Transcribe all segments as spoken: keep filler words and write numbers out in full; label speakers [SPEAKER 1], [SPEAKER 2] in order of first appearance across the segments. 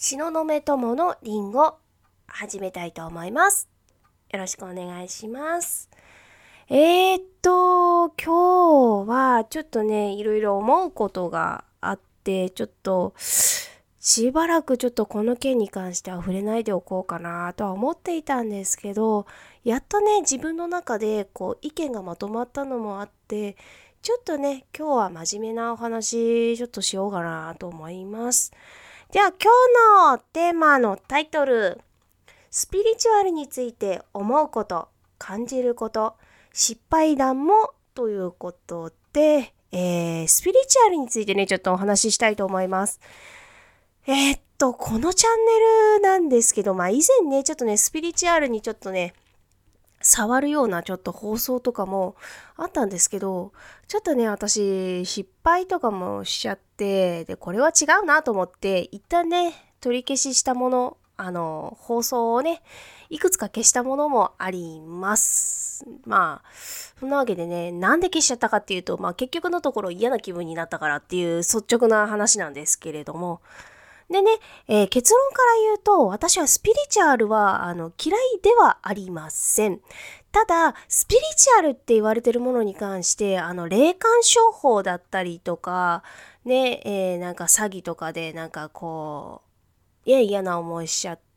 [SPEAKER 1] 東雲友のりんご始めたいと思います。よろしくお願いします。えーっと今日はちょっとねいろいろ思うことがあって、ちょっとしばらくちょっとこの件に関しては触れないでおこうかなとは思っていたんですけど、やっとね自分の中でこう意見がまとまったのもあって、ちょっとね今日は真面目なお話ちょっとしようかなと思います。では今日のテーマのタイトル、スピリチュアルについて思うこと、感じること、失敗談もということで、えー、スピリチュアルについてねちょっとお話ししたいと思います。えー、っとこのチャンネルなんですけど、まあ以前ねちょっとねスピリチュアルにちょっとね触るようなちょっと放送とかもあったんですけど、ちょっとね私失敗とかもしちゃって、でこれは違うなと思って一旦ね取り消ししたもの、あの放送をねいくつか消したものもあります。まあそんなわけでね、なんで消しちゃったかっていうと、まあ結局のところ嫌な気分になったからっていう率直な話なんですけれども、でね、えー結論から言うと、私はスピリチュアルはあの嫌いではありません。ただ、スピリチュアルって言われてるものに関して、あの霊感商法だったりとか、ね、えーなんか詐欺とかでなんかこう、いや嫌な思いしちゃって、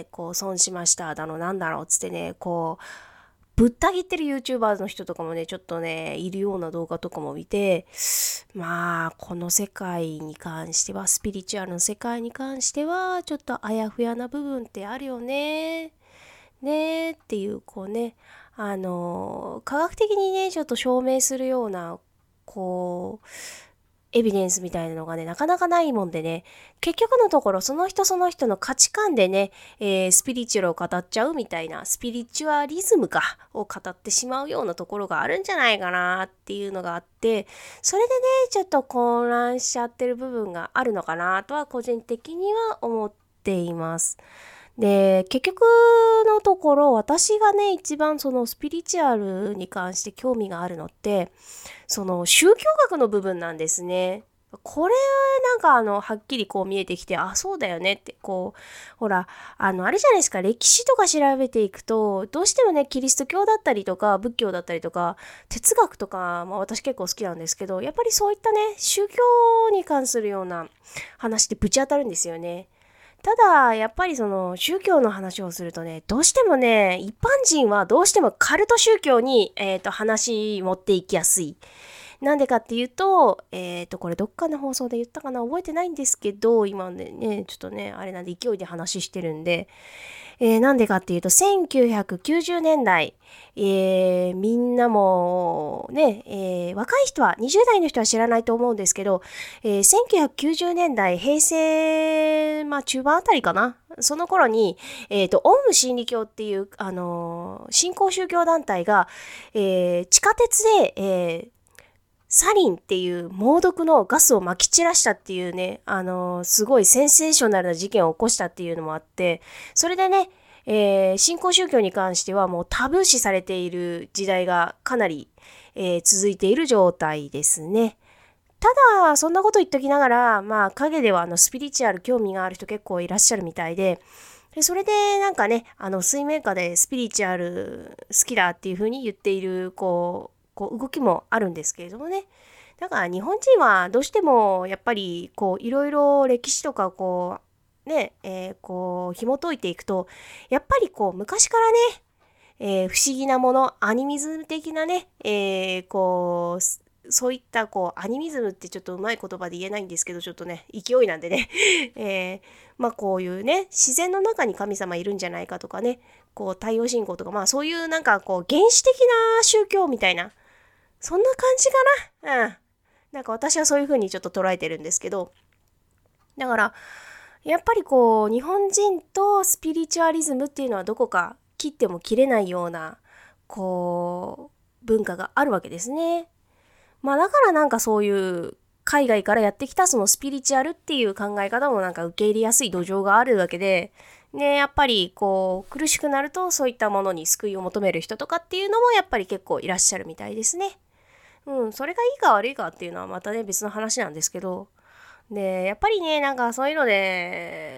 [SPEAKER 1] こう損しましただのなんだろうっつってね、こう、ぶった切ってる YouTuber の人とかもね、ちょっとね、いるような動画とかも見て、まあ、この世界に関しては、スピリチュアルの世界に関しては、ちょっとあやふやな部分ってあるよね。ねっていう、こうね、あの、科学的にね、ちょっと証明するような、こう、エビデンスみたいなのがね、なかなかないもんでね、結局のところその人その人の価値観でね、えースピリチュアルを語っちゃうみたいな、スピリチュアリズムか、を語ってしまうようなところがあるんじゃないかなっていうのがあって、それでね、ちょっと混乱しちゃってる部分があるのかなとは個人的には思っています。で、結局のところ、私がね、一番そのスピリチュアルに関して興味があるのって、その宗教学の部分なんですね。これはなんかあの、はっきりこう見えてきて、あ、そうだよねって、こう、ほら、あの、あれじゃないですか、歴史とか調べていくと、どうしてもね、キリスト教だったりとか、仏教だったりとか、哲学とか、まあ私結構好きなんですけど、やっぱりそういったね、宗教に関するような話ってぶち当たるんですよね。ただ、やっぱりその宗教の話をするとね、どうしてもね、一般人はどうしてもカルト宗教に、えっと、話持っていきやすい。なんでかっていうと、えっと、これどっかの放送で言ったかな覚えてないんですけど、今ね、ねちょっとね、あれなんで勢いで話してるんで、えーなんでかっていうと、せんきゅうひゃくきゅうじゅうねんだい、えーみんなもね、えー若い人は、にじゅう代の人は知らないと思うんですけど、えーせんきゅうひゃくきゅうじゅうねんだい、平成、まあ中盤あたりかな。その頃に、えっと、オウム真理教っていう、あのー新興宗教団体が、えー地下鉄で、えーサリンっていう猛毒のガスを撒き散らしたっていうね、あのーすごいセンセーショナルな事件を起こしたっていうのもあって、それでね、えー新興宗教に関してはもうタブー視されている時代がかなり、えー続いている状態ですね。ただ、そんなこと言っときながら、まあ、陰ではあのスピリチュアル興味がある人結構いらっしゃるみたいで、でそれでなんかね、あの水面下でスピリチュアル好きだっていう風に言っている、こう、こう動きもあるんですけれどもね。だから日本人はどうしてもやっぱりこういろいろ歴史とかこうね、えーこう紐解いていくと、やっぱりこう昔からね、えー不思議なもの、アニミズム的なね、えーこうそういったこうアニミズムってちょっとうまい言葉で言えないんですけど、ちょっとね勢いなんでね、えーまあこういうね自然の中に神様いるんじゃないかとかね、こう太陽信仰とか、まあそういうなんかこう原始的な宗教みたいな、そんな感じかな。うん。なんか私はそういう風にちょっと捉えてるんですけど、だからやっぱりこう日本人とスピリチュアリズムっていうのはどこか切っても切れないようなこう文化があるわけですね。まあだからなんかそういう海外からやってきたそのスピリチュアルっていう考え方もなんか受け入れやすい土壌があるわけで、ね、やっぱりこう苦しくなるとそういったものに救いを求める人とかっていうのもやっぱり結構いらっしゃるみたいですね。うん、それがいいか悪いかっていうのはまたね別の話なんですけど、でやっぱりねなんかそういうのであ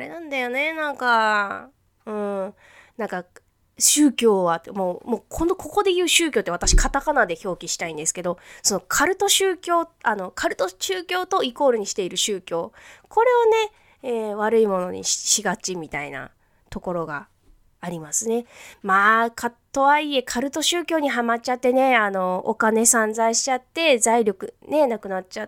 [SPEAKER 1] れなんだよね、なんか。うん。なんか、宗教は、もう、もう、この、ここで言う宗教って私、カタカナで表記したいんですけど、そのカルト宗教、あの、カルト宗教とイコールにしている宗教。これをね、えー、悪いものに し, しがちみたいなところがありますね。まあ、かとはいえ、カルト宗教にはまっちゃってね、あの、お金散財しちゃって、財力ね、なくなっちゃって、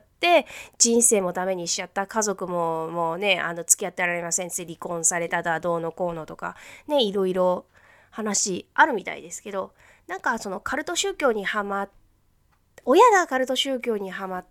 [SPEAKER 1] 人生もダメにしちゃった、家族ももうね、あの、付き合ってられませんって離婚されただ、どうのこうのとか、ね、いろいろ話あるみたいですけど、なんかそのカルト宗教にはまっ親がカルト宗教にはまって、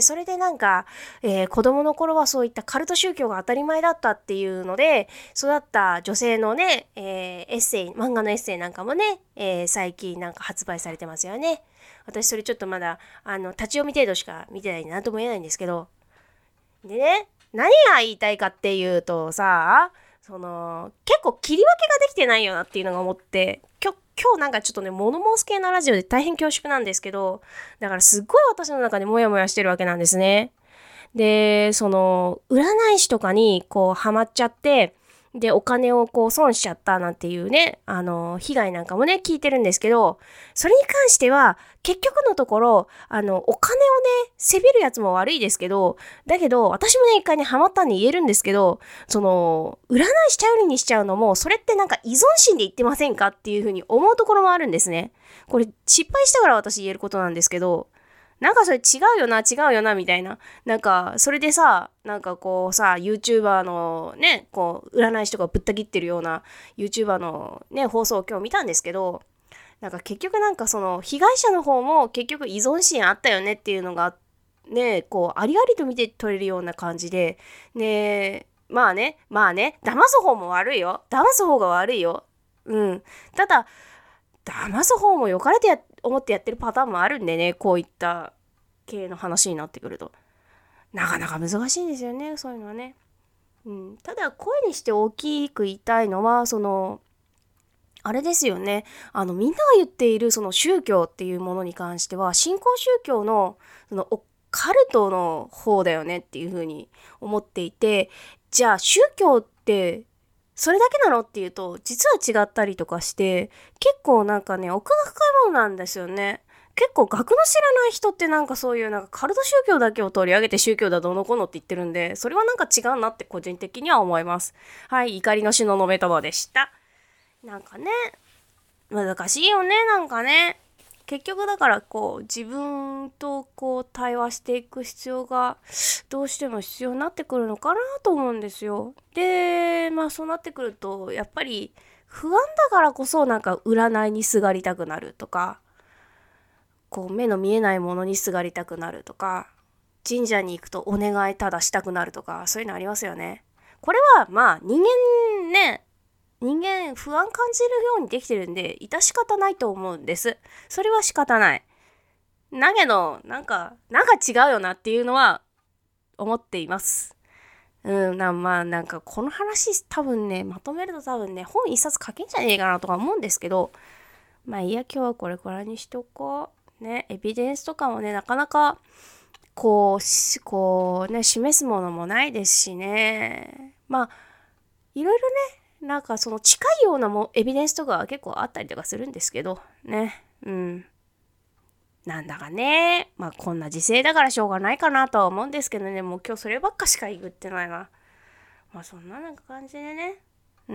[SPEAKER 1] それでなんか、えー、子供の頃はそういったカルト宗教が当たり前だったっていうので、育った女性のね、えー、エッセイ、漫画のエッセイなんかもね、えー、最近なんか発売されてますよね。私それちょっとまだ、あの、立ち読み程度しか見てないんで何とも言えないんですけど。でね、何が言いたいかっていうとさ、その、結構切り分けができてないよなっていうのが思って、今日今日なんかちょっとね、物申す系のラジオで大変恐縮なんですけど、だからすっごい私の中でモヤモヤしてるわけなんですね。で、その、占い師とかにこうハマっちゃって、で、お金をこう損しちゃったなんていうね、あの、被害なんかもね、聞いてるんですけど、それに関しては、結局のところ、あの、お金をね、せびるやつも悪いですけど、だけど、私もね、一回ね、ハマったんで言えるんですけど、その、占い師頼りにしちゃうのも、それってなんか依存心で言ってませんかっていうふうに思うところもあるんですね。これ、失敗したから私言えることなんですけど、なんかそれ違うよな、違うよな、みたいな。なんか、それでさ、なんかこうさ、YouTuber のね、こう、占い師とかぶった切ってるような YouTuber のね、放送を今日見たんですけど、なんか結局なんかその、被害者の方も結局依存心あったよねっていうのが、ね、こう、ありありと見て取れるような感じで、ね、まあね、まあね、騙す方も悪いよ。騙す方が悪いよ。うん。ただ、騙す方も良かれてや思ってやってるパターンもあるんでね、こういった系の話になってくるとなかなか難しいんですよね、そういうのはね。うん、ただ声にして大きく言いたいのは、そのあれですよね、あのみんなが言っているその宗教っていうものに関しては、新興宗教のそのカルトの方だよねっていうふうに思っていて、じゃあ宗教ってそれだけなのっていうと、実は違ったりとかして、結構なんかね、奥が深いものなんですよね。結構学の知らない人ってなんかそういうなんかカルト宗教だけを取り上げて宗教だどうのこうのって言ってるんで、それはなんか違うなって個人的には思います。はい、怒りの篠のメタバでした。なんかね、難しいよね、なんかね。結局だからこう自分とこう対話していく必要がどうしても必要になってくるのかなと思うんですよ。で、まあそうなってくるとやっぱり不安だからこそなんか占いにすがりたくなるとか、こう目の見えないものにすがりたくなるとか、神社に行くとお願いただしたくなるとか、そういうのありますよね。これはまあ人間ね、人間不安感じるようにできてるんで、致し方ないと思うんです。それは仕方ない。だけど、なんか、なんか違うよなっていうのは思っています。うん、なまあなんかこの話多分ね、まとめると多分ね、本一冊書けんじゃねえかなとか思うんですけど、まあいいや、今日はこれくらいにしとこう。ね、エビデンスとかもね、なかなかこう、こうね、示すものもないですしね。まあ、いろいろね、なんかその近いようなもエビデンスとかは結構あったりとかするんですけどね、うん、なんだかね、まあこんな時勢だからしょうがないかなとは思うんですけどね、もう今日そればっかしか言ってないな。まあそんななんか感じでね、うん、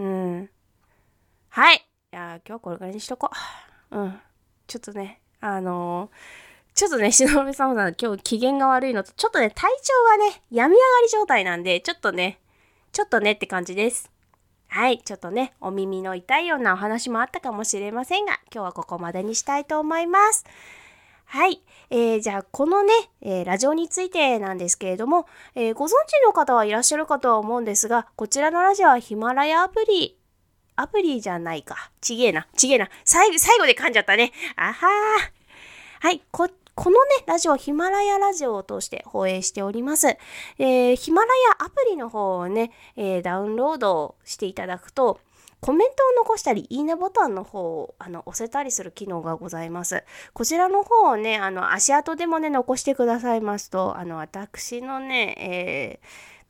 [SPEAKER 1] はい、いや今日これぐらいにしとこう。うん、ちょっとね、あのー、ちょっとね、しのぶさんさん今日機嫌が悪いのと、ちょっとね、体調がね、病み上がり状態なんで、ちょっとね、ちょっとねって感じです。はい、ちょっとね、お耳の痛いようなお話もあったかもしれませんが、今日はここまでにしたいと思います。はい、えー、じゃあこのね、えー、ラジオについてなんですけれども、えー、ご存知の方はいらっしゃるかとは思うんですが、こちらのラジオはヒマラヤアプリ、アプリじゃないか。ちげえな、ちげえな。最後、最後で噛んじゃったね。あはー。はい、ここのね、ラジオ、ヒマラヤラジオを通して放映しております。えー、ヒマラヤアプリの方をね、えー、ダウンロードしていただくと、コメントを残したり、いいねボタンの方をあの押せたりする機能がございます。こちらの方をね、あの足跡でもね、残してくださいますと、あの私のね、えー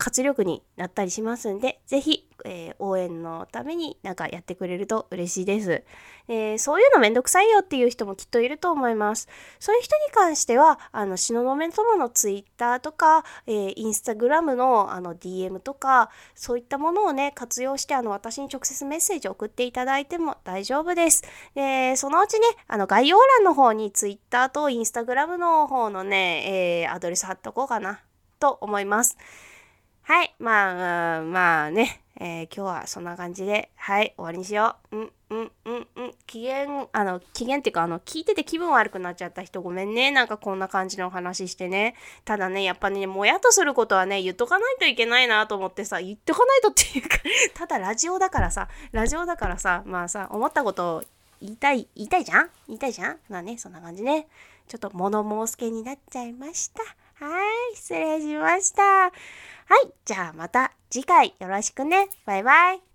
[SPEAKER 1] 活力になったりしますんで、ぜひ、えー、応援のためになんかやってくれると嬉しいです。えー、そういうのめんどくさいよっていう人もきっといると思います。そういう人に関しては、あの、東雲友のツイッターとか、えー、インスタグラムのあの ディーエム とか、そういったものをね、活用して、あの、私に直接メッセージを送っていただいても大丈夫です。で、そのうちね、あの、概要欄の方にツイッターとインスタグラムの方のね、えー、アドレス貼っとこうかな、と思います。はい。まあ、まあね、えー、今日はそんな感じで、はい、終わりにしよう。うん、うん、うん、うん。機嫌、あの、機嫌っていうか、あの、聞いてて気分悪くなっちゃった人ごめんね。なんかこんな感じのお話してね。ただね、やっぱね、もやっとすることはね、言っとかないといけないなと思ってさ、言っとかないとっていうかただラジオだからさ、ラジオだからさ、まあさ、思ったことを言いたい、言いたいじゃん言いたいじゃんまあね、そんな感じね。ちょっと物申す系になっちゃいました。はい、失礼しました。はい、じゃあまた次回よろしくね。バイバイ。